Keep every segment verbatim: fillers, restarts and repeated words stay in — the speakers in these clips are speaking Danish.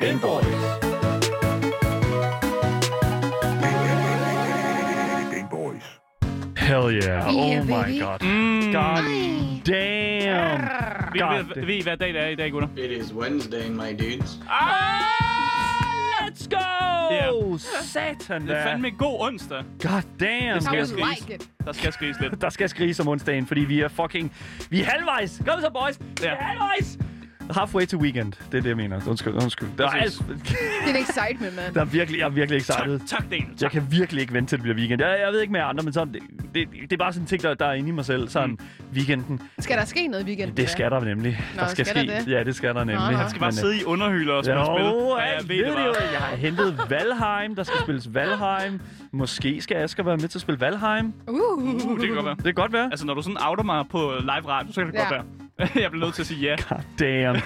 Game Boys. Game Boys. Hell yeah. Yeah, Oh my baby. god. Mm. God damn. Ved, God ved, ved I, hvad dag det er i dag, gutter? It is Wednesday, my dudes. Ah! Let's go! Yeah. Satan Det er da. fandme en god onsdag. God damn. Det skal I jeg would skrige. like it. Der skal skriges lidt. Der skal skriges om onsdagen, fordi vi er fucking... Vi er halvvejs. Kom så, boys. Vi Ja. er halvvejs. Halfway to weekend. Det er det, jeg mener. Undskyld, undskyld. Der er, alt... Præcis. Det er en excitement, man. der er virkelig, jeg er virkelig excited. Tak, tak Daniel. Jeg Tak. kan virkelig ikke vente til, det bliver weekend. Jeg, jeg ved ikke med andre, men sådan, det, det, det er bare sådan en ting, der, der er inde i mig selv. Sådan, mm. weekenden. Skal der ske noget i weekenden? Det skal der nemlig. Nå, der skal, skal ske. der det? Ja, det skal der nemlig. Nå, nå. Jeg skal bare sidde i underhylder og spille Jo, spil. Ja, jeg jeg ved ved det det jo. bare. Jeg har hentet Valheim. Der skal spilles Valheim. Måske skal Asger være med til at spille Valheim. Uh. Uh, det kan godt være. Det kan godt være. Altså, når du sådan outer mig på live radio, så kan det Ja. godt være. Jeg bliver nødt til at sige ja. God damn.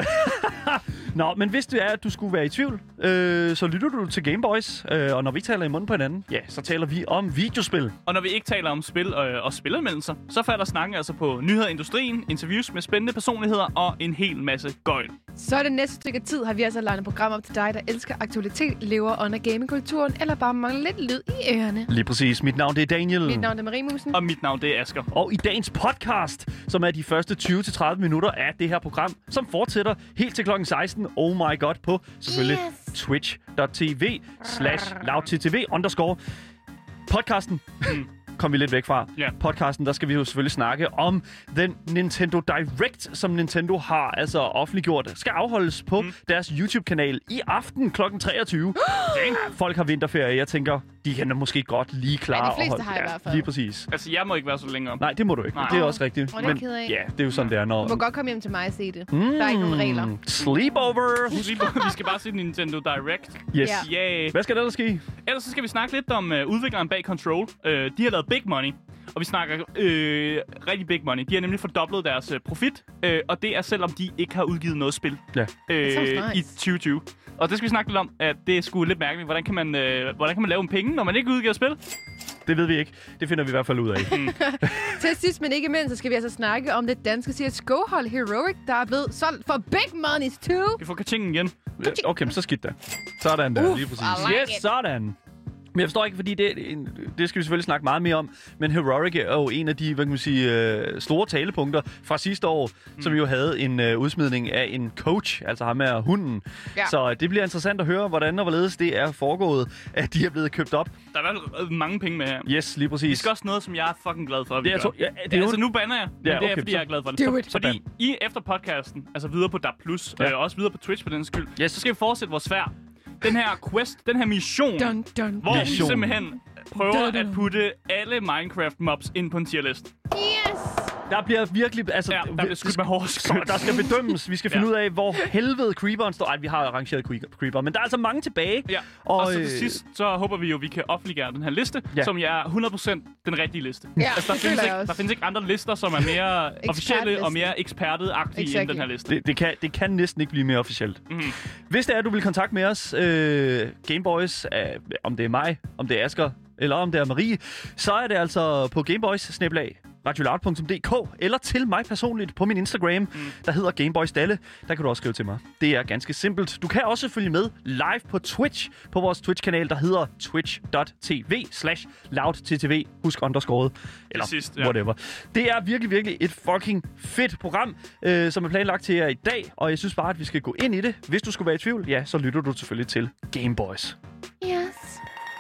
Nå, men hvis det er, at du skulle være i tvivl, øh, så lytter du til Game Boys. Øh, og når vi taler i munden på hinanden, ja, så taler vi om videospil. Og når vi ikke taler om spil øh, og spilanmeldelser, så falder snakken altså på nyheder i industrien, interviews med spændende personligheder og en hel masse gøjl. Så det næste stykke tid har vi altså legnet program op til dig, der elsker aktualitet, lever under gamingkulturen, eller bare mangler lidt lyd i ørerne. Lige præcis. Mit navn det er Daniel. Mit navn er Marie Musen. Og mit navn, det er Asger. Og i dagens podcast, som er de første tyve til tredive minutter af det her program, som fortsætter helt til klokken seksten, oh my god, på selvfølgelig Yes. twitch punktum tv slash loudttv underscore. Podcasten Mm. kom vi lidt væk fra. Ja. Podcasten, der skal vi jo selvfølgelig snakke om den Nintendo Direct, som Nintendo har altså offentliggjort, skal afholdes på mm. deres YouTube-kanal i aften klokken treogtyve. Folk har vinterferie, jeg tænker, de kan da måske godt lige klare Ja, de fleste at holde. har i hvert fald. Lige præcis. Altså, jeg må ikke være så længe om. Nej, det må du ikke. Nej. Det er også rigtigt. Åh, det er jeg ked af. ja, det er jo sådan, det er, når... Du må godt komme hjem til mig og se det. Mm. Der er ikke nogen regler. Sleepover. Vi skal bare se Nintendo Direct. Yes. Ja. Yeah. Hvad skal der, der ske? Ellers så skal vi snakke lidt om uh, udvikleren bag Control. Uh, de har lavet big money, og vi snakker øh, rigtig big money. De har nemlig fordoblet deres uh, profit, uh, og det er selvom de ikke har udgivet noget spil Ja. øh, sounds i nice. tyve tyve. Og det skal vi snakke lidt om, at det er sgu lidt mærkeligt. Hvordan kan man, øh, hvordan kan man lave en penge, når man ikke udgiver spil? Det ved vi ikke. Det finder vi i hvert fald ud af. Til sidst, men ikke mindst, så skal vi altså snakke om det danske C S G O-hold Heroic, der er blevet solgt for big monies too. Vi får katingen igen. Okay, men så skidt da. Sådan der, Uff, lige præcis. I like Yes, it. sådan. Men jeg forstår ikke, fordi det, det skal vi selvfølgelig snakke meget mere om, men Heroic er jo en af de, hvad kan man sige, øh, store talepunkter fra sidste år, mm. som jo havde en øh, udsmidning af en coach, altså ham med hunden. Ja. Så øh, det bliver interessant at høre, hvordan og hvorledes det er foregået, at de er blevet købt op. Der er i hvert fald mange penge med her. Yes, lige præcis. Vi skal også noget, som jeg er fucking glad for, at vi Det er, gør. to, ja, det er Ja, jo... altså, nu banner jeg, men Ja, det er, okay, fordi så- jeg er glad for det. Do it. Fordi I efter podcasten, altså videre på D A B plus, Ja. ja. øh, også videre på Twitch på den skyld, Yes. så skal vi fortsætte vores færd. Den her quest, den her mission, Dun, dun. hvor Mission. vi simpelthen prøver Dun, dun. at putte alle Minecraft-mobs ind på en tierlist. Yes! Der bliver virkelig... Altså, Ja, der bliver skudt med hårde Så skyld. der skal bedømmes. Vi skal finde Ja. ud af, hvor helvede creeperen står. Ej, vi har arrangeret creep- creeper, men der er altså mange tilbage. Ja, og, og så øh, til sidst, så håber vi jo, at vi kan offentliggøre den her liste, Ja. ja. som er hundrede procent den rigtige liste. Ja, Altså, der, det findes føler ikke, jeg også. der findes ikke andre lister, som er mere officielle og mere ekspertet-agtige Exactly. end den her liste. Det, det, kan, det kan næsten ikke blive mere officielt. Mm. Hvis det er, at du vil kontakte med os, øh, Gameboys, øh, om det er mig, om det er Asger, eller om det er Marie, så er det altså på gameboys snabel-a radioloud punktum d k eller til mig personligt på min Instagram, mm. der hedder Gameboysdalle. Der kan du også skrive til mig. Det er ganske simpelt. Du kan også følge med live på Twitch, på vores Twitch-kanal, der hedder twitch punktum tv slash loudttv. Husk underscoret. Eller sidst, ja. whatever. Det er virkelig, virkelig et fucking fedt program, øh, som er planlagt til jer i dag. Og jeg synes bare, at vi skal gå ind i det. Hvis du skulle være i tvivl, ja, så lytter du selvfølgelig til Gameboys. Yes.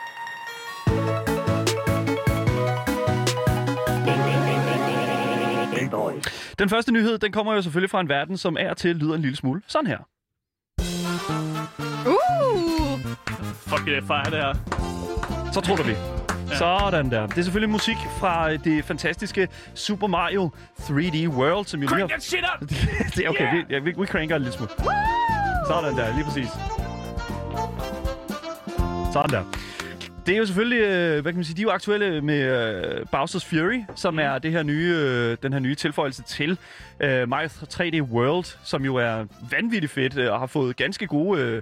Game Boys. Den første nyhed, den kommer jo selvfølgelig fra en verden, som er til lyder en lille smule sådan her. Uh! Fuck det, fejre det her. Så tror du vi. Sådan der. Det er selvfølgelig musik fra det fantastiske Super Mario tre D World, som jo lige Crank har... that shit up! det er okay, Yeah! vi, ja, vi, vi cranker en lille smule. Sådan der, lige præcis. Sådan der. Det er jo selvfølgelig, øh, hvad kan man sige, de er jo aktuelle med øh, Bowser's Fury, som er det her nye, øh, den her nye tilføjelse til øh, Mario tre D World, som jo er vanvittigt fedt øh, og har fået ganske gode øh,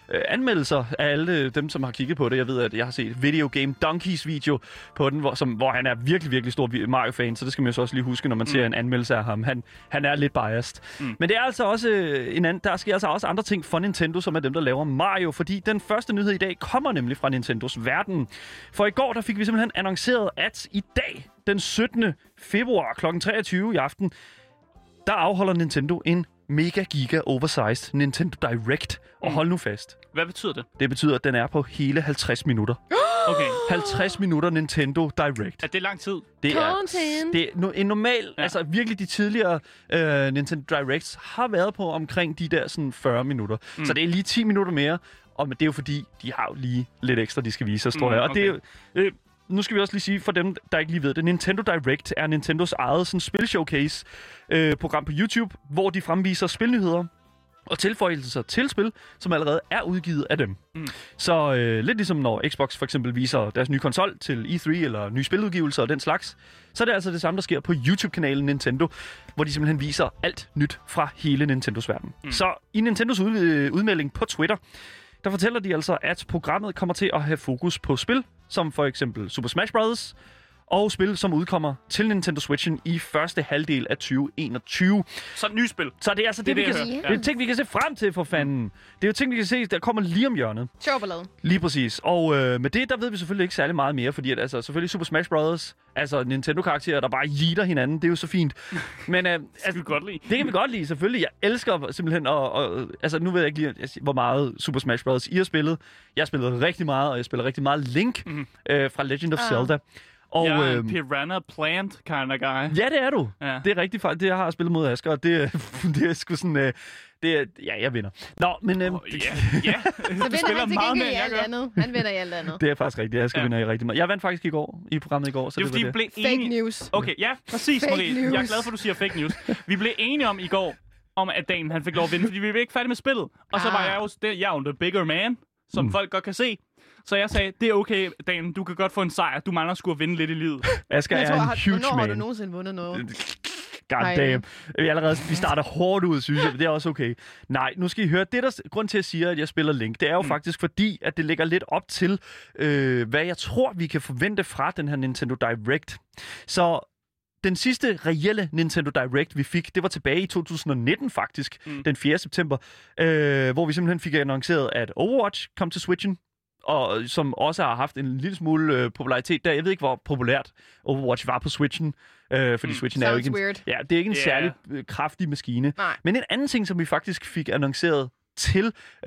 øh, anmeldelser af alle dem, som har kigget på det. Jeg ved, at jeg har set Video Game Donkeys video på den, hvor, som, hvor han er virkelig, virkelig stor Mario-fan, så det skal man jo så også lige huske, når man mm. ser en anmeldelse af ham. Han, han er lidt biased. Mm. Men det er altså også en anden, der sker altså også andre ting for Nintendo, som er dem, der laver Mario, fordi den første nyhed i dag kommer nemlig fra Nintendos verden. For i går, der fik vi simpelthen annonceret, at i dag, den syttende februar klokken treogtyve i aften, der afholder Nintendo en mega giga oversized Nintendo Direct. Og hold nu fast. Hvad betyder det? Det betyder, at den er på hele halvtreds minutter. Okay. halvtreds minutter Nintendo Direct. Er det lang tid? Det er, Content. det er no, en normal, Ja. altså virkelig de tidligere øh, Nintendo Directs har været på omkring de der sådan fyrre minutter. Mm. Så det er lige ti minutter mere, og det er jo fordi, de har jo lige lidt ekstra, de skal vise os, tror Mm, jeg. Og okay. det er jo, øh, nu skal vi også lige sige, for dem, der ikke lige ved det, Nintendo Direct er Nintendos eget sådan, spil-showcase-program på YouTube, hvor de fremviser spilnyheder og tilføjelser til spil, som allerede er udgivet af dem. Mm. Så øh, lidt ligesom når Xbox for eksempel viser deres nye konsol til E tre eller nye spiludgivelser og den slags, så er det altså det samme, der sker på YouTube-kanalen Nintendo, hvor de simpelthen viser alt nyt fra hele Nintendos verden. Mm. Så i Nintendos ud, øh, udmelding på Twitter, der fortæller de altså, at programmet kommer til at have fokus på spil, som for eksempel Super Smash Bros., og spil, som udkommer til Nintendo Switchen i første halvdel af tyve enogtyve. Så et nyt spil. Så det er altså det, Det er vi det, kan, jeg det hører. er ting, vi kan se frem til, for fanden. Det er jo ting, vi kan se, der kommer lige om hjørnet. Sjov ballade. Lige præcis. Og øh, med det, der ved vi selvfølgelig ikke særlig meget mere, fordi at, altså, selvfølgelig Super Smash Bros., altså Nintendo-karakterer, der bare yeeter hinanden, det er jo så fint. Men øh, Det kan altså, vi godt lide. det kan vi godt lide, selvfølgelig. Jeg elsker simpelthen, og, og, altså nu ved jeg ikke lige, altså, hvor meget Super Smash Bros. I har spillet. Jeg har spillet rigtig meget, og jeg spiller rigtig meget Link mm. øh, fra Legend of Ah. Zelda. Og, Jeg er øh, en piranha plant kind of guy. ja, det er du. Ja. Det er rigtigt faktisk. Det jeg har spillet mod Asger, og det, det er sgu sådan... Øh, det er, ja, jeg vinder. Nå, men... Øh, Oh, ja, ja. Så Du vinder spiller han til meget gengæld mere, i end jeg alt gør. andet. Han vinder i alt andet. det er faktisk rigtigt. Asger Ja. ja. vinder i rigtig meget. Jeg vandt faktisk i går, i programmet i går, så Det er det, fordi, vi var det. blev Fake enige... news. Okay, ja, præcis, Fake Marie. Jeg er news. glad for, at du siger fake news. Vi blev enige om i går, om at Dan han fik lov at vinde, fordi vi var ikke færdige med spillet. Og så Ah. var jeg jo, det, jeg er jo the bigger man, som Mm. folk godt kan se. Så jeg sagde, det er okay, Dan, du kan godt få en sejr. Du mangler sgu at vinde lidt i livet. Asger Jeg er tror, en har, huge hvornår har du man. nogensinde vundet noget? God Ej. damn. Vi, allerede, vi starter hårdt ud, synes jeg, men det er også okay. Nej, nu skal I høre. Det, der grund til, at jeg siger, at jeg spiller Link, det er jo mm. faktisk fordi, at det ligger lidt op til, øh, hvad jeg tror, vi kan forvente fra den her Nintendo Direct. Så den sidste reelle Nintendo Direct, vi fik, det var tilbage i to tusind nitten faktisk, mm. den fjerde september, øh, hvor vi simpelthen fik annonceret, at Overwatch kom til Switchen, og som også har haft en lille smule øh, popularitet der. Jeg ved ikke, hvor populært Overwatch var på Switchen, øh, fordi mm. Switchen er jo Sounds ikke en, weird. ja, det er ikke en Yeah. særlig øh, kraftig maskine. Nej. Men en anden ting, som vi faktisk fik annonceret til,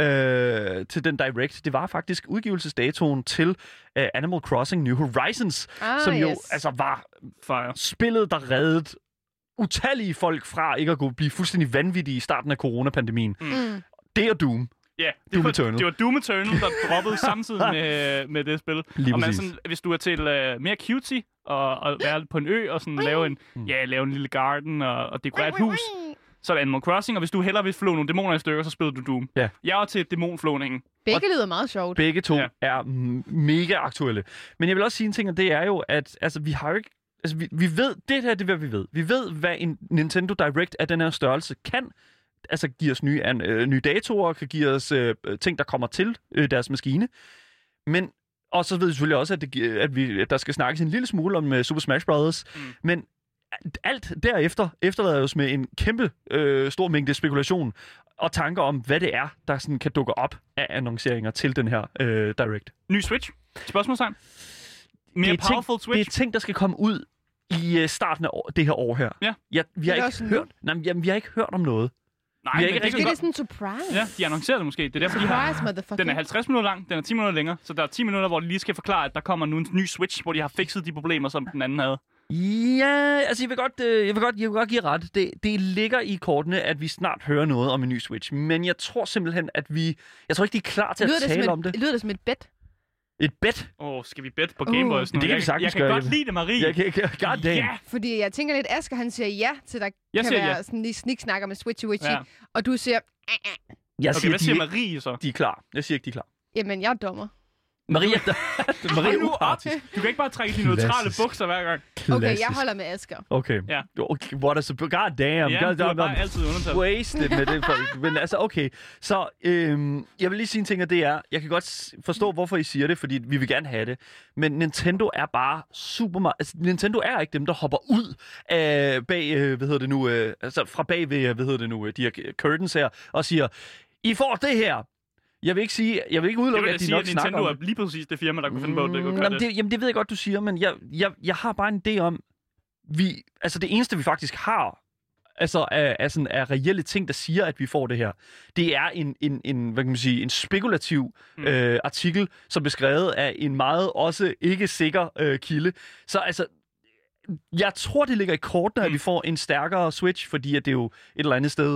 øh, til den Direct, det var faktisk udgivelsesdatoen til øh, Animal Crossing New Horizons, Ah, som jo yes. altså var Fire. spillet, der reddede utallige folk fra ikke at kunne blive fuldstændig vanvittige i starten af coronapandemien. Mm. Det er Doom. Ja, yeah, Doom det, var, Eternal. det var Doom Eternal, der droppede samtidig med, med det spil. Lige og man præcis. sådan, hvis du er til uh, mere cutesy og, og være på en ø og sådan lave en, Mm. ja, lave en lille garden og, og dekorere et hus, så er det Animal Crossing. Og hvis du hellere vil flå nogle dæmoner i stykker, så spiller du Doom. Ja. Jeg er til dæmonflåningen. Begge lyder meget sjovt. Begge to Ja. ja. er m- mega aktuelle. Men jeg vil også sige en ting, og det er jo, at altså, vi har jo ikke... Altså, vi, vi ved, det her det er, hvad vi ved. Vi ved, hvad en Nintendo Direct af den her størrelse kan. Altså, give os nye, an, øh, nye datoer, kan give os øh, ting, der kommer til øh, deres maskine. Men, og så ved vi selvfølgelig også, at, det, gi- at, vi, at der skal snakkes en lille smule om uh, Super Smash Bros. Mm. Men alt derefter efterlader os med en kæmpe øh, stor mængde spekulation og tanker om, hvad det er, der sådan kan dukke op af annonceringer til den her øh, Direct. Ny Switch? Spørgsmålstegn? Mere det er powerful ting, Switch? Det er ting, der skal komme ud i øh, starten af år, det her år her. Ja. Ja, vi har Det er ikke også nu. hørt. Nej, men, jamen, vi har ikke hørt om noget. Nej, vi har men ikke det Det kan er godt... sådan en surprise. Ja, de annoncerede det måske. Det er derfor, de har... Surprise, motherfucker. Den er halvtreds minutter lang, den er ti minutter længere, så der er ti minutter, hvor de lige skal forklare, at der kommer nu en ny Switch, hvor de har fikset de problemer, som den anden havde. Ja, altså jeg vil godt, øh, jeg vil godt, jeg vil godt give ret. Det, det ligger i kortene, at vi snart hører noget om en ny Switch. Men jeg tror simpelthen, at vi... Jeg tror ikke, de er klar til at lyder det tale som om et, det. Lyder det som et bet? Et bet? Åh, oh, skal vi bet på Uh, Game Boys nu? det kan vi jeg, sagtens jeg kan gøre, godt jeg- lide det, Marie. Jeg kan ikke... God damn. Ja! Fordi jeg tænker lidt, Asger han siger ja til, der Jeg kan siger være ja. sådan lige sniksnakker med Switchy-witchy. Ja. Og du siger, Jeg Okay, siger, hvad de, siger er- Marie så? de er klar. Jeg siger ikke, de er klar. jamen jeg er dommer. Maria, Maria nu op. upartisk. Du kan ikke bare trække dine neutrale Klassisk. bukser hver gang. Okay, jeg Klassisk. holder med Asger. Okay. Ja. Okay, what is a... God damn. Ja, God du er damn. bare altid undertaget. Wasted med det. For, men altså, okay. Så øhm, jeg vil lige sige en ting, og det er, jeg kan godt s- forstå, hvorfor I siger det, fordi vi vil gerne have det. Men Nintendo er bare super meget... Altså, Nintendo er ikke dem, der hopper ud af bag, øh, hvad hedder det nu, øh, altså fra bag ved, hvad hedder det nu, øh, de her curtains her, og siger, I får det her. Jeg vil ikke sige, jeg vil ikke Det udelukke, vil at jeg de sige, nok at snakker Nintendo om er lige præcis det firma, der kunne finde på, at det kunne Mm, gøre jamen, det. det. Jamen, det ved jeg godt, du siger, men jeg, jeg, jeg har bare en idé om, vi, altså det eneste, vi faktisk har, altså af, af, sådan, af reelle ting, der siger, at vi får det her, det er en, en, en, hvad kan man sige, en spekulativ mm. øh, artikel, som er skrevet af en meget også ikke sikker øh, kilde. Så altså, jeg tror, det ligger i kortene, mm. at vi får en stærkere Switch, fordi at det er jo et eller andet sted,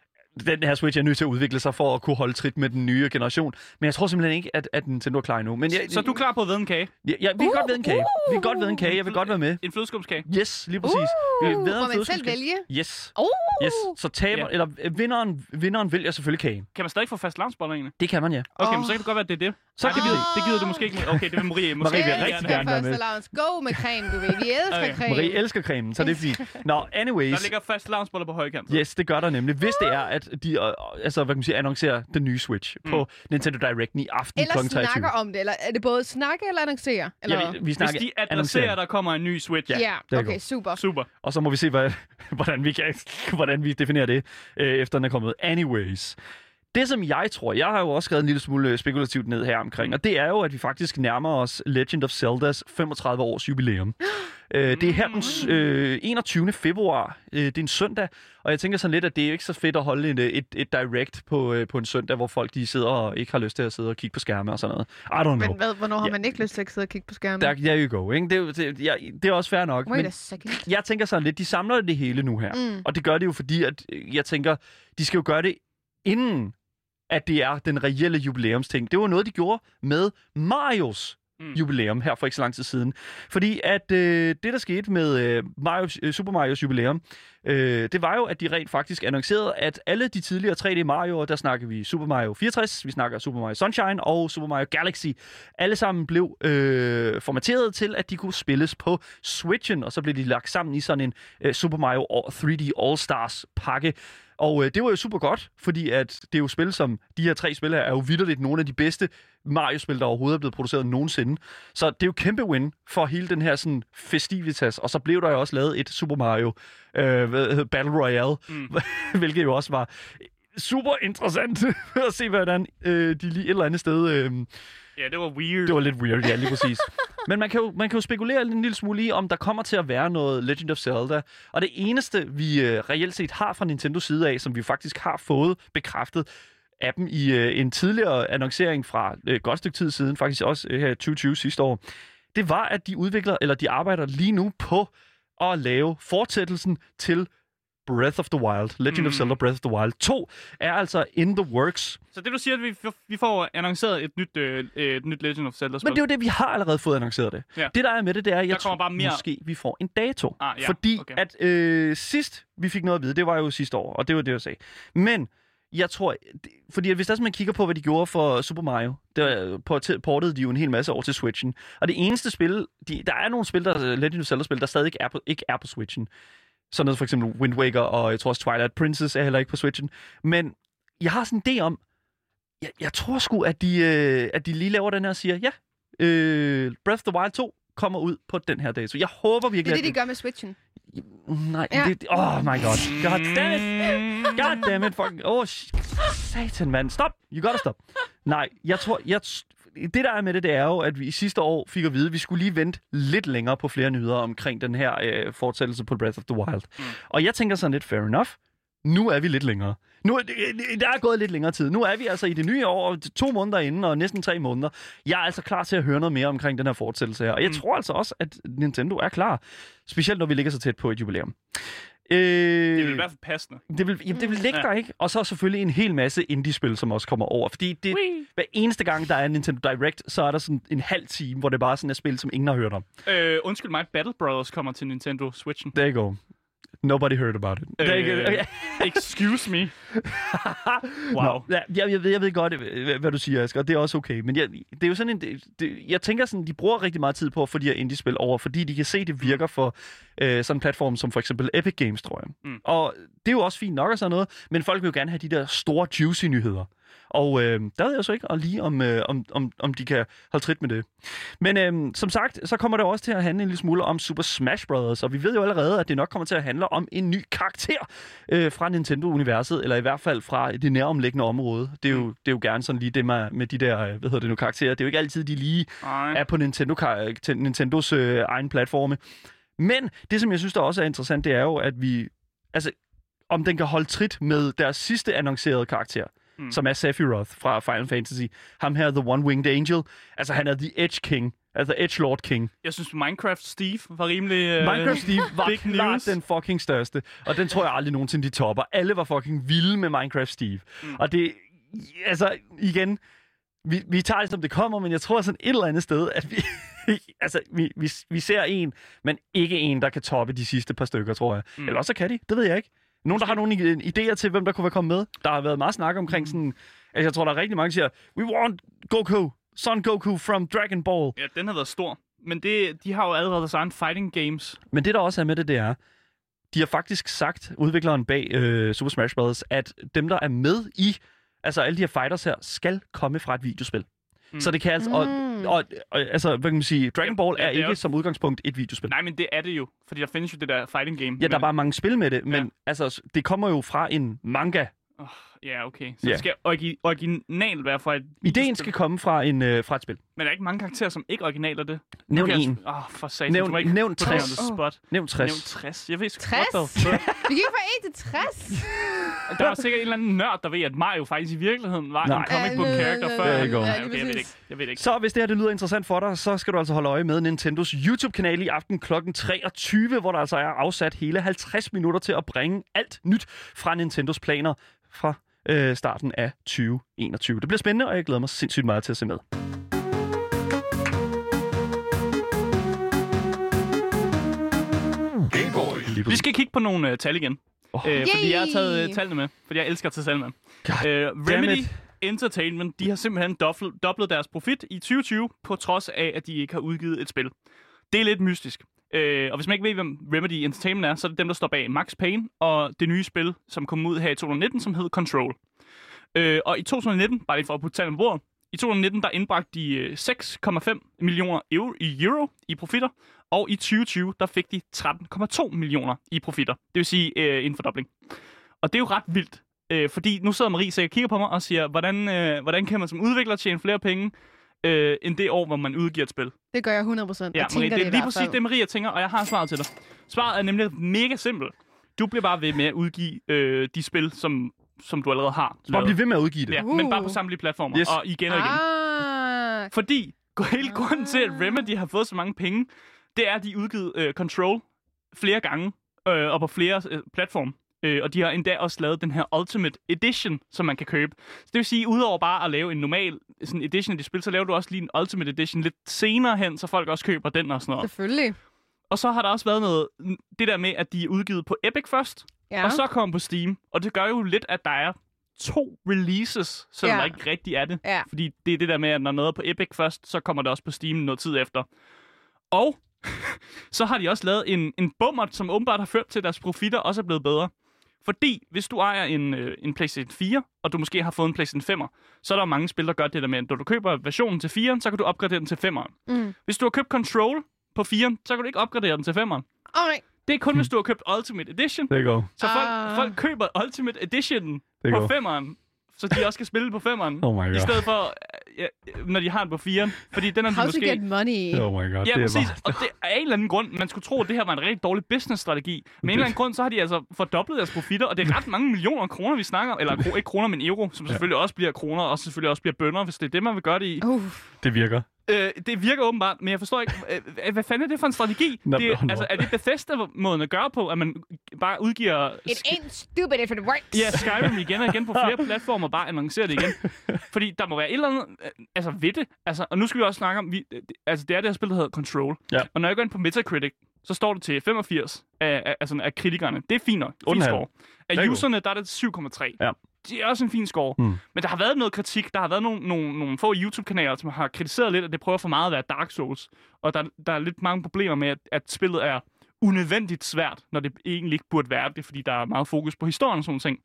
den her Switch er nødt til at udvikle sig for at kunne holde trit med den nye generation. Men jeg tror simpelthen ikke, at, at Nintendo er klar endnu. Men jeg, Så er du klar på at vædde en kage? Ja, ja, vi kan uh, godt ved en kage. Vi kan godt ved en kage. Jeg vil godt være med. En flødeskumskage? Yes, lige præcis. Uh, Vi vil vædde en må man selv flødeskumskage. vælge? Yes. Uh. Yes. Så taber, Ja. eller øh, vinderen, vinderen vælger selvfølgelig kagen. Kan man stadig få fast lavnsboller egentlig? Det kan man, ja. Okay, Åh. men så kan det godt være, at det er det. Så Nej, kan det, vi- gider, det gider du måske ikke. Okay, det vil Marie måske Marie vil Jeg rigtig elsker gerne være med. første lounge. Go med creme, du ved. Vi elsker Okay. creme. Marie elsker cremen, så det er fint. Nå, anyways. Der ligger fast lavnsboller på højkant. Yes, det gør der nemlig. Hvis det er, at de øh, altså, hvad kan man sige, annoncerer den nye Switch mm. på Nintendo Directen i aften Eller klokken treogtyve. snakker om det. Eller er det både snakke eller annoncere? Eller? Ja, vi, vi Hvis snakker de adresserer, annoncering. at der kommer en ny Switch. Ja. Ja, der okay, går. super. Super. Og så må vi se, hvad, hvordan, vi kan, hvordan vi definerer det, øh, efter den er kommet. Anyways. Det, som jeg tror, jeg har jo også skrevet en lille smule spekulativt ned her omkring, og det er jo, at vi faktisk nærmer os Legend of Zelda's femogtredive års jubilæum. Øh, det er her den øh, enogtyvende februar. Øh, det er en søndag, og jeg tænker sådan lidt, at det er ikke så fedt at holde et, et, et direct på, øh, på en søndag, hvor folk de sidder og ikke har lyst til at sidde og kigge på skærme og sådan noget. I don't know. Men hvad, hvornår har Ja. man ikke lyst til at sidde og kigge på skærmen? Der, there you go, ikke? Det, er jo- det, ja, det er også fair nok. Wait Men a second. jeg tænker sådan lidt, de samler det hele nu her. Mm. Og det gør det jo, fordi at øh, jeg tænker, de skal jo gøre det inden, at det er den reelle jubilæumsting. Det var noget, de gjorde med Marios mm. jubilæum her for ikke så lang tid siden. Fordi at øh, det, der skete med øh, Mario, øh, Super Marios jubilæum, øh, det var jo, at de rent faktisk annoncerede, at alle de tidligere tre D Mario'er, der snakker vi Super Mario fireogtres, vi snakker Super Mario Sunshine og Super Mario Galaxy, alle sammen blev øh, formateret til, at de kunne spilles på Switchen, og så blev de lagt sammen i sådan en øh, Super Mario tre D All-Stars pakke. Og øh, det var jo super godt, fordi at det er jo spil, som de her tre spil her, er jo vitterligt nogle af de bedste Mario-spil, der overhovedet er blevet produceret nogensinde. Så det er jo kæmpe win for hele den her sådan festivitas. Og så blev der jo også lavet et Super Mario øh, hvad hedder, Battle Royale, mm. hvilket jo også var super interessant at se, hvordan øh, de lige et eller andet sted... Øh, Ja, det var weird. det var lidt weird, ja, lige præcis. Men man kan, jo, man kan jo spekulere en lille smule i, om der kommer til at være noget Legend of Zelda. Og det eneste, vi øh, reelt set har fra Nintendos side af, som vi faktisk har fået bekræftet af dem i øh, en tidligere annoncering fra øh, et godt stykke tid siden, faktisk også øh, her i tyve tyve sidste år, det var, at de udvikler, eller de arbejder lige nu på at lave fortsættelsen til Breath of the Wild. Legend mm. of Zelda Breath of the Wild to er altså in the works. Så det du siger, at vi, vi får annonceret et nyt, øh, et nyt Legend of Zelda-spil? Men det er jo det, vi har allerede fået annonceret det. Ja. Det, der er med det, det er, at jeg Der kommer tror, bare mere- måske vi får en dato. Ah, ja, Fordi okay. at øh, sidst vi fik noget at vide, det var jo sidste år, og det var det, jeg sagde. Men jeg tror, det, fordi at hvis der man kigger på, hvad de gjorde for Super Mario, der port- portede de jo en hel masse over til Switchen. Og det eneste spil, de, der er nogle spil, der Legend of Zelda-spil, der stadig ikke er på, ikke er på Switchen. Sådan noget for eksempel Wind Waker, og jeg tror også Twilight Princess er heller ikke på Switchen. Men jeg har sådan en idé om, jeg, jeg tror sgu, at de, øh, at de lige laver den her og siger, ja, øh, Breath of the Wild to kommer ud på den her dato. Jeg håber Det virkelig, er det, de at gør med Switchen. Nej, Ja. det... Oh my god. God damn it. God damn it. Fucking... Oh, satan, mand. Stop. You gotta stop. Nej, jeg tror... Jeg, det, der er med det, det er jo, at vi i sidste år fik at vide, at vi skulle lige vente lidt længere på flere nyheder omkring den her øh, fortsættelse på Breath of the Wild. Mm. Og jeg tænker sådan lidt, fair enough. Nu er vi lidt længere. Nu, der er gået lidt længere tid. Nu er vi altså i det nye år, to måneder inden, og næsten tre måneder. Jeg er altså klar til at høre noget mere omkring den her fortsættelse her. Og jeg mm. tror altså også, at Nintendo er klar. Specielt når vi ligger så tæt på et jubilæum. Øh, Det vil i hvert fald passende. det vil, jamen, det vil ligge Ja. der, ikke? Og så selvfølgelig en hel masse indie-spil, som også kommer over. Fordi det, hver eneste gang, der er en Nintendo Direct, så er der sådan en halv time, hvor det bare sådan er spil, som ingen har hørt om. Øh, undskyld mig, Battle Brothers kommer til Nintendo Switchen. There you go. Nobody heard about it. Øh, Det er ikke- okay. Excuse me. Wow. Nå, ja, jeg, jeg, ved, jeg ved godt, hvad, hvad du siger, Asger, og det er også okay. Men jeg, det er jo sådan en... Det, det, jeg tænker sådan, de bruger rigtig meget tid på at få de her indie-spil over, fordi de kan se, det virker for øh, sådan en platform som for eksempel Epic Games, tror jeg. Mm. Og det er jo også fint nok og sådan noget, men folk vil jo gerne have de der store, juicy nyheder. Og øh, der ved jeg så ikke og lige, om, øh, om, om, om de kan holde trit med det. Men øh, som sagt, så kommer det også til at handle en lille smule om Super Smash Bros. Og vi ved jo allerede, at det nok kommer til at handle om en ny karakter øh, fra Nintendo-universet, eller i hvert fald fra det næromliggende område. Det er jo, det er jo gerne sådan lige det med, med de der, hvad hedder det nu, karakterer. Det er jo ikke altid, de lige Ej. er på Nintendo, Nintendos øh, egen platforme. Men det, som jeg synes, der også er interessant, det er jo, at vi... Altså, om den kan holde trit med deres sidste annoncerede karakter, mm. som er Sephiroth fra Final Fantasy. Ham her, The One-Winged Angel. Altså, han er The Edge King. Altså, Edge Lord King. Jeg synes, Minecraft Steve var rimelig... Uh, Minecraft Steve var big klart news. den fucking største. Og den tror jeg aldrig nogensinde, de topper. Alle var fucking vilde med Minecraft Steve. Mm. Og det... Altså, igen... Vi, vi tager det, som det kommer, men jeg tror sådan et eller andet sted, at vi... altså, vi, vi, vi ser en, men ikke en, der kan toppe de sidste par stykker, tror jeg. Mm. Eller også kan de. Det ved jeg ikke. Nogen, der har nogle idéer til, hvem der kunne være kommet med. Der har været meget snak omkring sådan... Altså, jeg tror, der er rigtig mange, der siger, we want Goku, Son Goku from Dragon Ball. Ja, den har været stor. Men det, de har jo allerede deres egen fighting games. Men det, der også er med det, det er, de har faktisk sagt, udvikleren bag øh, Super Smash Bros., at dem, der er med i, altså alle de her fighters her, skal komme fra et videospil. Mm. Så det kan altså... Og, og, og, altså, hvad kan man sige? Dragon Ball ja, er er ikke også... som udgangspunkt et videospil. Nej, men det er det jo. Fordi der findes jo det der fighting game. Ja, der er bare mange spil med det, men Ja. altså, det kommer jo fra en manga. Oh, ja, okay. Så Ja. det skal origi- originalt være fra et... Ideen skal komme fra, en, øh, fra et spil. Men er der ikke mange karakterer, som ikke originaler det? Nævn Okay, en. Åh, oh, for satan. Nævn- Du må ikke nævn put me on tres. the spot. Nævn tres. Nævn tres. Jeg ved sgu tres? what the fuck. Vi gik fra en til tres. Der er sikkert en eller anden nørd, der ved, at Mario faktisk i virkeligheden var Nej. en comic book Ja, character ja, før. ja, ja, ja, Okay, lige jeg ved det præcis. ikke. Jeg ved det ikke. Så hvis det her det lyder interessant for dig, så skal du altså holde øje med Nintendos YouTube-kanal i aften klokken treogtyve, hvor der altså er afsat hele halvtreds minutter til at bringe alt nyt fra Nintendos planer fra øh, starten af tyve enogtyve. Det bliver spændende, og jeg glæder mig sindssygt meget til at se med. Game Boys. Lige Vi præcis. skal kigge på nogle uh, tal igen. Åh. Øh, fordi jeg har taget Yay! uh, tallene med. Fordi jeg elsker at tage tal med. God Uh, damn Remedy it. Entertainment, de har simpelthen dobblet, dobblet deres profit i tyve tyve, på trods af, at de ikke har udgivet et spil. Det er lidt mystisk. Øh, og hvis man ikke ved, hvem Remedy Entertainment er, så er det dem, der står bag Max Payne og det nye spil, som kom ud her i to tusind nitten, som hed Control. Øh, og i to tusind nitten, bare lige for at putte tallene på bordet, i to tusind nitten, der indbragte de øh, seks komma fem millioner euro i, euro i profitter, og i tyve tyve, der fik de tretten komma to millioner i profitter. Det vil sige øh, en fordobling. Og det er jo ret vildt, øh, fordi nu sidder Marie sikkert og kigger på mig og siger, hvordan, øh, hvordan kan man som udvikler tjene flere penge, øh, end det år, hvor man udgiver et spil? Det gør jeg hundrede procent. Ja, Jeg Marie, tænker det er i lige hvert præcis fald. det, Maria tænker, og jeg har svaret til dig. Svaret er nemlig mega simpelt. Du bliver bare ved med at udgive øh, de spil, som, som du allerede har Bare lavet. bliv ved med at udgive det. Ja, Uh. men bare på samtlige platformer, Yes. og igen og igen. Ah, Fordi hele grunden til, at Remedy har fået så mange penge, det er, at de har udgivet øh, Control flere gange, øh, og på flere øh, platforme. Øh, og de har endda også lavet den her Ultimate Edition, som man kan købe. Så det vil sige, udover bare at lave en normal sådan edition af de spil, så laver du også lige en Ultimate Edition lidt senere hen, så folk også køber den og sådan noget. selvfølgelig. Og så har der også været noget, det der med, at de er udgivet på Epic først, Ja. og så kommer på Steam. Og det gør jo lidt, at der er to releases, selvom Ja. der ikke rigtig er det. Ja. Fordi det er det der med, at når noget er på Epic først, så kommer det også på Steam noget tid efter. Og så har de også lavet en, en bummert, som åbenbart har ført til, at deres profitter også er blevet bedre. Fordi hvis du ejer en, øh, en PlayStation fire, og du måske har fået en PlayStation femmer, så er der mange spil, der gør det der med, at når du køber versionen til firen, så kan du opgradere den til femmeren. Mm. Hvis du har købt Control på firen, så kan du ikke opgradere den til femmeren. Åh, nej. Det er kun, hvis du har købt Ultimate Edition. Det går. Så folk, Ah. folk køber Ultimate Edition Det på går. femmeren, så de også kan spille på femmeren. Oh my god. I stedet for, ja, når de har den på firen. Fordi den er de How to måske... get money. Oh my god. Ja, det er præcis. bare... Og det er en eller anden grund. Man skulle tro, at det her var en rigtig dårlig business-strategi. Men en eller anden grund, så har de altså fordoblet deres profitter, og det er ret mange millioner kroner, vi snakker om. Eller kro- ikke kroner, men euro, som selvfølgelig også bliver kroner, og selvfølgelig også bliver bønder, hvis det er det, man vil gøre det i. Uh. Det virker. Øh, det virker åbenbart, men jeg forstår ikke, øh, hvad fanden er det for en strategi? Nå, det, nå. altså, er det Bethesda-måden at gøre på, at man bare udgiver... It ain't stupid if it works. Ja, Skyrim igen og igen på flere platformer, bare annoncerer det igen. Fordi der må være et eller andet, øh, altså ved det. Altså, og nu skal vi også snakke om, vi, øh, altså det er det her spil, der hedder Control. Ja. Og når jeg går ind på Metacritic, så står det til femogfirs af, af, altså, af kritikerne. Det er fint nok. Fin Undhalv. score. Af userne, der er det syv komma tre. Ja. Det er også en fin score. Mm. Men der har været noget kritik. Der har været nogle, nogle, nogle få YouTube-kanaler, som har kritiseret lidt, at det prøver for meget at være Dark Souls. Og der, der er lidt mange problemer med, at, at spillet er unødvendigt svært, når det egentlig ikke burde være det, fordi der er meget fokus på historien og sådan ting.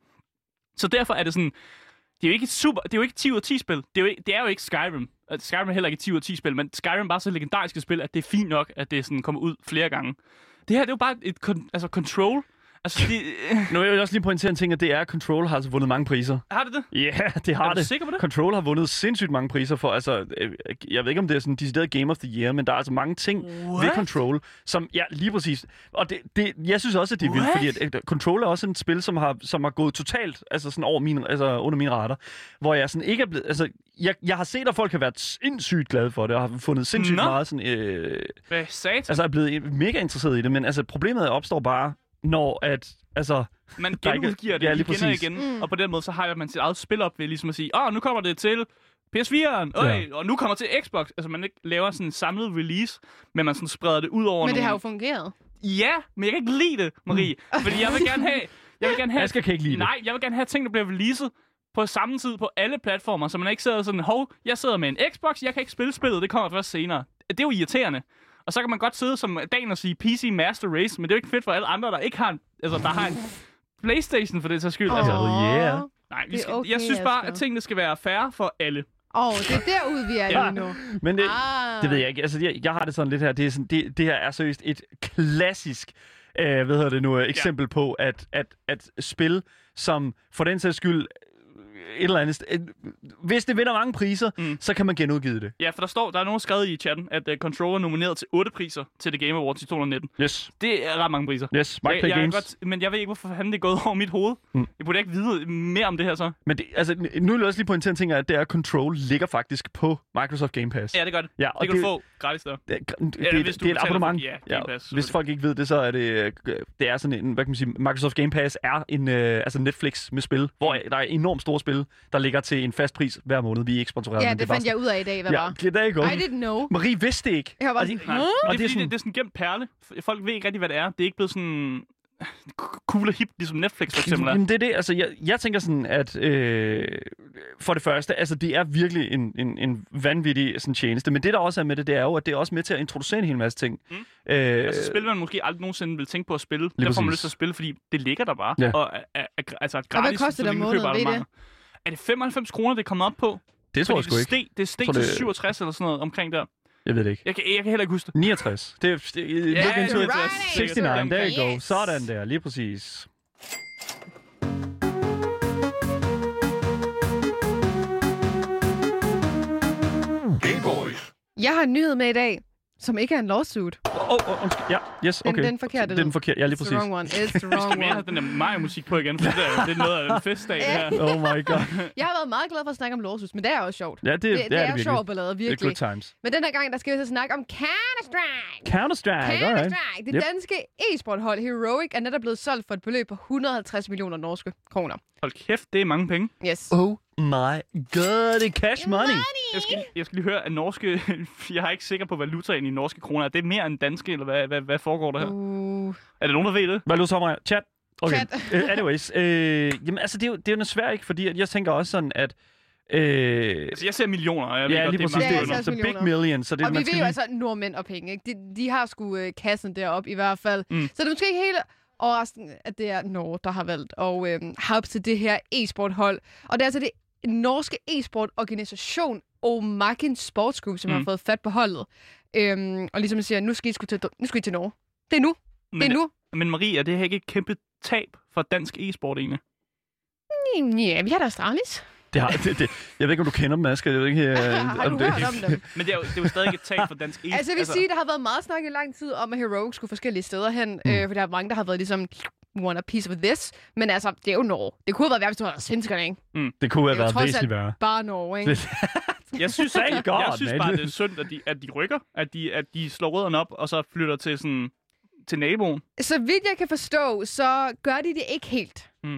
Så derfor er det sådan... Det er jo ikke et super, det er jo ikke ti ud af ti spil. Det er jo ikke, det er jo ikke Skyrim. Skyrim er heller ikke ti ud af ti spil, men Skyrim er bare så legendarisk et spil, at det er fint nok, at det sådan kommer ud flere gange. Det her, det er jo bare et kon- altså control. Altså, det, Nu vil jeg også lige pointere en ting, at det er Control har altså vundet mange priser. har det det? Ja, yeah, det har Er du det. sikker på det? Control har vundet sindssygt mange priser for, altså, øh, jeg ved ikke, om det er sådan decideret Game of the Year, men der er altså mange ting What? ved Control, som, ja, lige præcis. Og det, det, jeg synes også, at det er vildt, What? fordi at, at Control er også et spil, som har, som har gået totalt, altså sådan over min, altså under mine radar, hvor jeg sådan ikke er blevet, altså, jeg, jeg har set, at folk har været sindssygt glade for det, og har fundet sindssygt Nå. meget sådan, øh, Hvad satan? altså er blevet mega interesseret i det, men altså problemet opstår bare, når at, altså... Man der er ikke- genudgiver det ja, ja, lige igen og præcis. igen, Mm. og på den måde, så har man sit eget spil op ved ligesom at sige, åh, oh, nu kommer det til P S fire'eren, øj, Ja. og nu kommer det til Xbox. Altså, man ikke laver sådan en samlet release, men man sådan spreder det ud over Men det nogle... har jo fungeret. Ja, men jeg kan ikke lide det, Marie. Fordi jeg vil gerne have... Jeg vil gerne have... Asger kan ikke lide det. Nej, jeg vil gerne have ting, der bliver releaset på samme tid på alle platformer, så man ikke sidder sådan, hov, jeg sidder med en Xbox, jeg kan ikke spille spillet, det kommer først senere. Det er jo irriterende. Og så kan man godt sidde som Dan og sige P C Master Race, men det er jo ikke fedt for alle andre, der ikke har en, altså, der har en PlayStation for det til skyld. Altså, Åh. yeah. nej, vi det er skal, okay, jeg synes bare, Asger. at tingene skal være fair for alle. Åh, oh, det er derude, vi er Ja. lige nu. Men det, Ah. det ved jeg ikke. Altså, jeg, jeg har det sådan lidt her. Det, er sådan, det, det her er seriøst et klassisk øh, hvad hedder det nu, øh, eksempel ja. på, at, at, at spil, som for den sags skyld et eller andet... Et, hvis det vinder mange priser, mm. så kan man genudgive det. Ja, for der står, der er nogen skrevet i chatten, at uh, Control er nomineret til otte priser til The Game Awards i to tusind nitten. Yes. Det er ret mange priser. Yes, Mike jeg, Play jeg er Games. Godt, men jeg ved ikke, hvorfor fanden det er gået over mit hoved. Mm. Jeg burde ikke vide mere om det her så. Men det, altså, nu vil jeg også lige pointere en ting, at det er Control ligger faktisk på Microsoft Game Pass. Ja, det gør det. Ja, det og kan det, du få gratis der. Det, det, Ja, det, hvis det, du det er et betaler abonnement. for- ja, ja, Game Pass, hvis folk ikke ved det, så er det, øh, det er sådan en, hvad kan man sige, Microsoft Game Pass er en, øh, altså Netflix med spil, hvor der er enormt store spil, der ligger til en fast pris hver måned. Vi er ikke sponsoreret. Ja, men det er bare fandt jeg ud af i dag, hvad ja, var. det er ikke I didn't know. Marie vidste det ikke. Jeg var bare Og det- sådan, Nej, huh? men Og det det er er fordi, sådan- det, det er sådan en gemt perle. Folk ved ikke rigtig, hvad det er. Det er ikke blevet sådan cool og hip, ligesom Netflix for eksempel er. Jamen, det er det. Altså, jeg, jeg tænker sådan, at øh, for det første, altså, det er virkelig en, en, en vanvittig sådan, tjeneste. Men det, der også er med det, det er jo, at det er også med til at introducere en hel masse ting. Mm. Øh, Altså spil, man måske aldrig nogensinde vil tænke på at spille. Der får man præcis. lyst til at spille, fordi det ligger der bare. Ja. Og er, er, er, altså Og gratis. hvad koster det om så længe du køber måneden, ved I det? abonnementer. Er det femoghalvfems kroner, det er kommet op på? det tror jeg Fordi sgu det ikke. steg, det steg Tror til det- syvogtres eller sådan noget omkring der. Jeg ved det ikke. Jeg kan, jeg kan heller ikke huske det. niogtres. Det er... Det, Ja, look into it. right. seksogtres. There you go. Yes. Sådan der. Lige præcis. Game Boys. Jeg har en nyhed med i dag, som ikke er en lawsuit. Åh, oh, oh, undskyld. Ja, yes, Den- okay. den forkerte Det er den lyd. forkerte. Ja, lige It's the præcis. wrong one. It's the wrong Skal mere have one. den der Mario-musik på igen, for det, er, det er noget af en festdag, det her. Oh my god. Jeg har været meget glad for at snakke om lawsuits, men det er også sjovt. Ja, det, Det, det, det, det er er, det virkelig. sjovt ballade, Det er virkelig. good times. Men den her gang, der skal vi så snakke om Counter-Strike. Counter-Strike, alright. Counter-Strike. Det Yep. danske e-sporthold Heroic er netop blevet solgt for et beløb på et hundrede og halvtreds millioner norske kroner. Hold kæft, det er mange penge. Yes. Oh my god, det er cash money. Jeg skal, jeg skal lige høre, at norske... Jeg er ikke sikker på valutaen i norske kroner. Er det mere end danske, eller hvad, hvad, hvad foregår der her? Uh, Er det nogen, der ved det? Hvad lyder så mig? Chat? Okay. Chat. uh, anyways. Uh, jamen, altså, det er jo, det er jo noget svært, ikke? Fordi at jeg tænker også sådan, at... Uh, Altså, jeg ser millioner, og jeg ved ja, godt, lige det er præcis. Ja, Det jeg er ser jo også så big millioner. million, så det og vi man ved skal jo lige... altså, at nordmænd og penge, ikke? De, de har sgu øh, kassen derop i hvert fald. Mm. Så det er måske ikke helt overraskende, at det er Norge, der har valgt at øh, have til det her e-sporthold. Og det er altså det norske e-sport-organisation Omakin Sports Group, som mm. har fået fat på holdet. Øhm, og ligesom siger, nu skal I, sgu til, nu skal I til Norge. Det er nu. Men, det er nu. Men Marie, er det her ikke et kæmpe tab for dansk e-sport egentlig? Ja, vi har da Astralis. Det har, det, det, jeg ved ikke, om du kender dem, Asger. Jeg ved ikke, uh, Har du om det. hørt om dem? Men det er jo, det er jo stadig et tab for dansk e-sport. Altså, jeg vil sige, der har været meget snak i lang tid om, at Heroic skulle forskellige steder hen. Mm. Øh, for der er mange, der har været ligesom, want a piece of this. Men altså, det er jo Norge. Det kunne have været værd, hvis du havde svenskerne, ikke? Det kunne have Det er jo været trods væsentligt alt værre. bare Norge, ikke? Jeg synes, Thank jeg, God, jeg synes man. bare, det er synd, at de, at de rykker. At de, at de slår rødderne op, og så flytter til, sådan, til naboen. Så vidt jeg kan forstå, så gør de det ikke helt. Mm.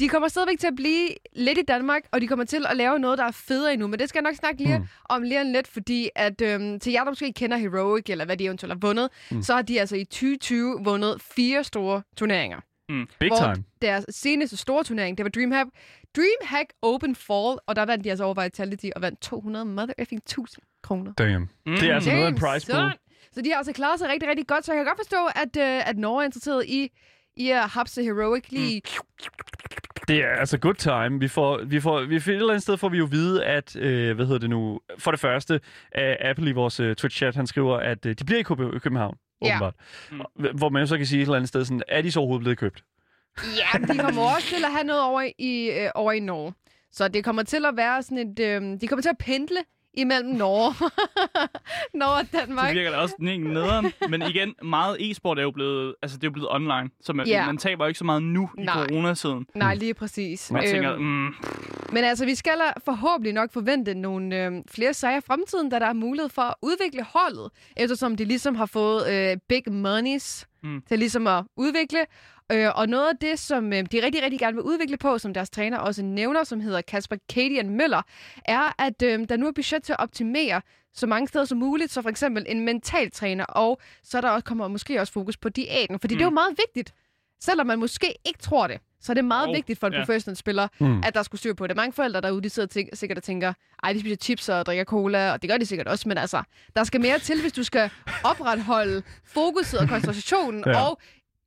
de kommer stadigvæk til at blive lidt i Danmark, og de kommer til at lave noget, der er federe endnu. Men det skal jeg nok snakke lige mm. om lige en lidt, fordi at øhm, til jer, der måske ikke kender Heroic, eller hvad de eventuelt har vundet, mm. så har de altså i tyve tyve vundet fire store turneringer. Mm. Big hvor time. deres seneste store turnering, det var Dreamhack, Dreamhack Open Fall, og der vandt de altså over Vitality og vandt to hundrede mother effing tusind kroner. Damn. Mm. Det er altså noget af en prize pool. Så de har altså klaret sig rigtig, rigtig godt, så jeg kan godt forstå, at, øh, at Norge er interesseret i, i at hapse Heroic lige... Mm. Det er altså good time. Vi får, vi får, vi får et eller andet sted får vi jo vide, at, øh, hvad hedder det nu, for det første, uh, Apple i vores uh, Twitch-chat, han skriver, at uh, de bliver i København, åbenbart. Ja. Mm. Hvor man jo så kan sige et eller andet sted, sådan, er de så overhovedet blevet købt? Ja, de kommer også til at have noget over i, øh, over i Norge. Så det kommer til at være sådan et... Øh, de kommer til at pendle imellem Norge. Norge og Danmark. Det virker da også den nederen. Men igen, meget e-sport er jo blevet, altså det er jo blevet online. Så man, yeah. man taber jo ikke så meget nu i Nej. coronatiden. Nej, lige præcis. Man tænker, øhm, mm. Men altså, vi skal forhåbentlig nok forvente nogle øh, flere sejre i fremtiden, da der er mulighed for at udvikle holdet, eftersom de ligesom har fået øh, big monies mm. til ligesom at udvikle. Øh, og noget af det, som øh, de rigtig, rigtig gerne vil udvikle på, som deres træner også nævner, som hedder Kasper Kadian Møller, er, at øh, der nu er budget til at optimere så mange steder som muligt, så for eksempel en mental træner, og så der også kommer måske også fokus på diæten, fordi mm. det er jo meget vigtigt, selvom man måske ikke tror det, så er det meget oh, vigtigt for en yeah. professionel spiller, mm. at der skulle styr på det. Mange forældre derude, de sidder tænker, sikkert og tænker, ej, de spiser chips og drikker cola, og det gør de sikkert også, men altså, der skal mere til, hvis du skal opretholde fokuset og koncentrationen, ja. og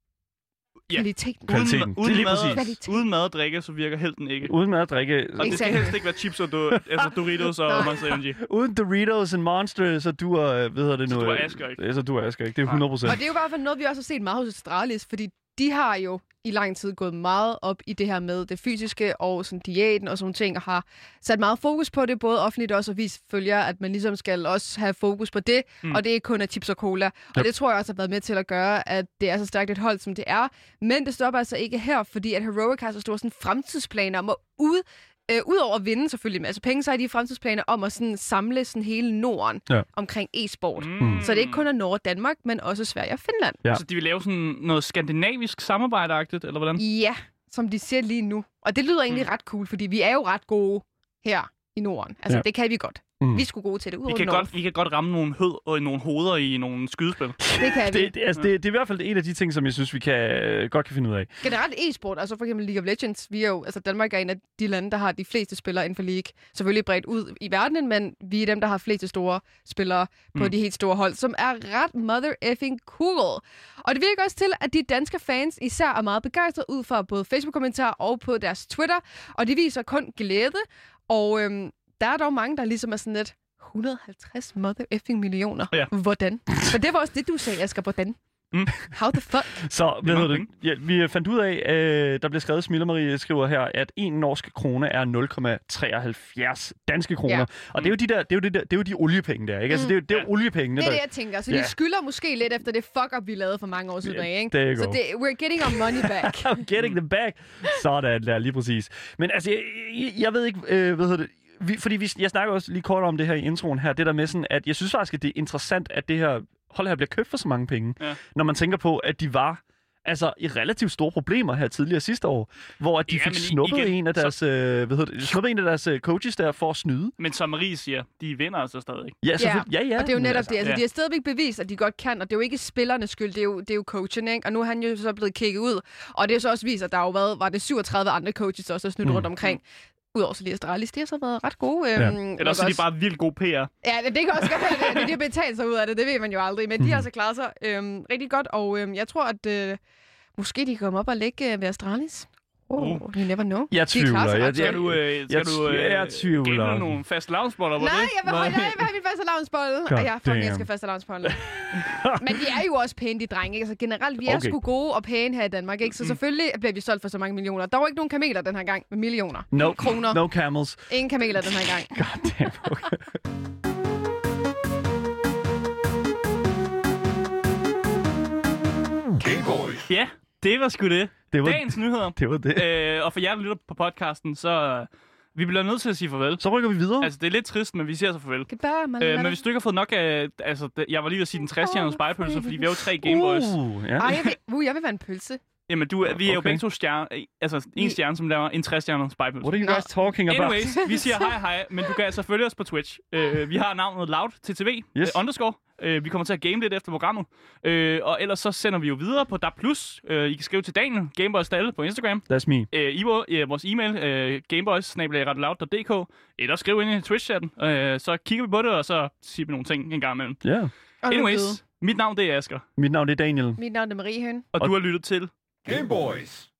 Ja. Kvaliteten. Kvaliteten. Uden, uden, mad, Kvalitet. uden mad og drikke, så virker helten ikke. Uden mad og drikke. Og det skal helst ikke være chips og do, altså Doritos og Monster Energy. Uden Doritos og Monster, så du er, hvad hedder det nu? Så du er Asger ikke. Så du er Asger ikke. Det er hundrede procent. Og det er jo i hvert fald noget, vi også har set meget hos Astralis, fordi de har jo i lang tid gået meget op i det her med det fysiske og sådan diæten og sådan ting, og har sat meget fokus på det, både offentligt også, og vi følger, at man ligesom skal også have fokus på det, mm. og det er ikke kun af chips og cola. Og yep. det tror jeg også har været med til at gøre, at det er så stærkt et hold, som det er. Men det stopper altså ikke her, fordi at Heroic har så store sådan, fremtidsplaner om at ud Øh, Udover at vinde selvfølgelig med altså penge, så er de fremtidsplaner om at sådan, samle sådan, hele Norden ja. omkring e-sport. Mm. Så det er ikke kun af Norge og Danmark, men også Sverige og Finland. Ja. Så de vil lave sådan noget skandinavisk samarbejde-agtigt, eller hvordan? Ja, som de ser lige nu. Og det lyder egentlig mm. ret cool, fordi vi er jo ret gode her i Norden. Altså, ja. det kan vi godt. Mm. Vi er sgu gode til det. Vi kan, godt, vi kan godt ramme nogle hød og nogle hoveder i nogle skydespil. Det kan vi. Det, det, altså, det, det er i hvert fald en af de ting, som jeg synes, vi kan, godt kan finde ud af. Generelt e-sport, altså for eksempel League of Legends, vi er jo, altså Danmark er en af de lande, der har de fleste spillere inden for League. Selvfølgelig bredt ud i verdenen, men vi er dem, der har fleste store spillere på mm. de helt store hold, som er ret mother effing cool. Og det virker også til, at de danske fans især er meget begejstrede ud fra både Facebook-kommentarer og på deres Twitter, og de viser kun glæde. Og øhm, der er dog mange, der ligesom er sådan lidt, et hundrede og halvtreds mother effing millioner. Ja. Hvordan? For det var også det, du sagde, Asger. Hvordan? Mm. How the fuck? Så, hvad hedder det? Ja, vi fandt ud af, øh, der blev skrevet, Smilla Marie skriver her, at en norsk krone er nul komma treoghalvfjerds danske kroner. Ja. Og det er jo de der, det er jo det der, det er jo de oliepenge der, ikke? Altså, det er jo, det er jo oliepengene. Det er der... det, jeg tænker. Så ja. de skylder måske lidt efter det fuck-up, vi lavede for mange år siden, ja, ikke? Det så det, we're getting our money back. I'm getting them back. Sådan der, lige præcis. Men altså, jeg, jeg, jeg ved ikke, øh, hvad hedder det? Vi, fordi vi, jeg snakker også lige kort om det her i introen her, det der med sådan, at jeg synes faktisk, at det er interessant, at det her hold her bliver købt for så mange penge, ja. Når man tænker på, at de var altså i relativt store problemer her tidligere sidste år, hvor at de ja, fik snuppet igen, en af deres, så... øh, hvad hedder det, snuppet en af deres øh, coaches der for at snyde. Men som Marie siger, de vinder altså stadig. Ja, ja. ja, ja. Og det er jo netop altså, det. Altså, ja. De har stadigvæk bevist, at de godt kan, og det er jo ikke spillernes skyld, det er jo, det er jo coachen, ikke? Og nu er han jo så blevet kigget ud, og det er så også vist, at der har jo været, var det syvogtredive andre coaches, der også har snydt mm. rundt omkring. Udover så lige Astralis, de har så været ret gode. Ja. Øhm, Eller også er de bare vildt gode P R. Ja, det, det kan også godt være, at de har betalt sig ud af det. Det ved man jo aldrig. Men mm. de har så klaret sig øhm, rigtig godt. Og øhm, jeg tror, at øh, måske de kan komme op og lægge øh, ved Astralis. Oh, uh. You never know. Jeg tvivler. Jeg, jeg, skal du, øh, skal jeg, du øh, jeg tvivler. gemme nogle faste lavnsboller på Nej, det? jeg vil, holde, jeg vil have min faste lavnsbolle. Og jeg fucking elsker faste lavnsbolle. Men de er jo også pæne, de drenge. Altså generelt, vi er okay. sgu gode og pæne her i Danmark, ikke? Så selvfølgelig bliver vi solgt for så mange millioner. Der var ikke nogen kameler den her gang med millioner. No, kroner. No camels. Ingen kameler den her gang. God damn, okay. Gameboys. Ja, det var sgu det. Det var, Dagens nyheder. Det var det. Øh, og for jer, der lytter på podcasten, så vi bliver nødt til at sige farvel. Så rykker vi videre. Altså, det er lidt trist, men vi siger så farvel. Goodbye, øh, men hvis du ikke har fået nok af... Altså, det, jeg var lige ved at sige den tres-stjerners spejepølse, fordi vi er jo tre Gameboys. Uh, ja. Ej, jeg vil, uh, jeg vil være en pølse. Jamen, du, vi er jo Okay. begge to stjerner, altså en stjerne, som laver en tre-stjerner spejpølse. What are you guys talking about? Anyways, vi siger hej hej, men du kan altså følge os på Twitch. Uh, vi har navnet Loud T T V Yes. uh, underscore. Uh, vi kommer til at game lidt efter programmet. Uh, og ellers så sender vi jo videre på D A B plus. Uh, I kan skrive til Daniel, Gameboys Stalle på Instagram. That's me. Uh, I uh, vores e-mail, uh, gameboys snabel-a radioloud punktum d k. Eller skriv ind i Twitch-chatten. Uh, så kigger vi på det, og så siger vi nogle ting en gang imellem. Ja. Yeah. Anyways, mit navn det er Asger. Mit navn det er Daniel. Mit navn er Marie Høen. Og, og du har lyttet til Game Boys.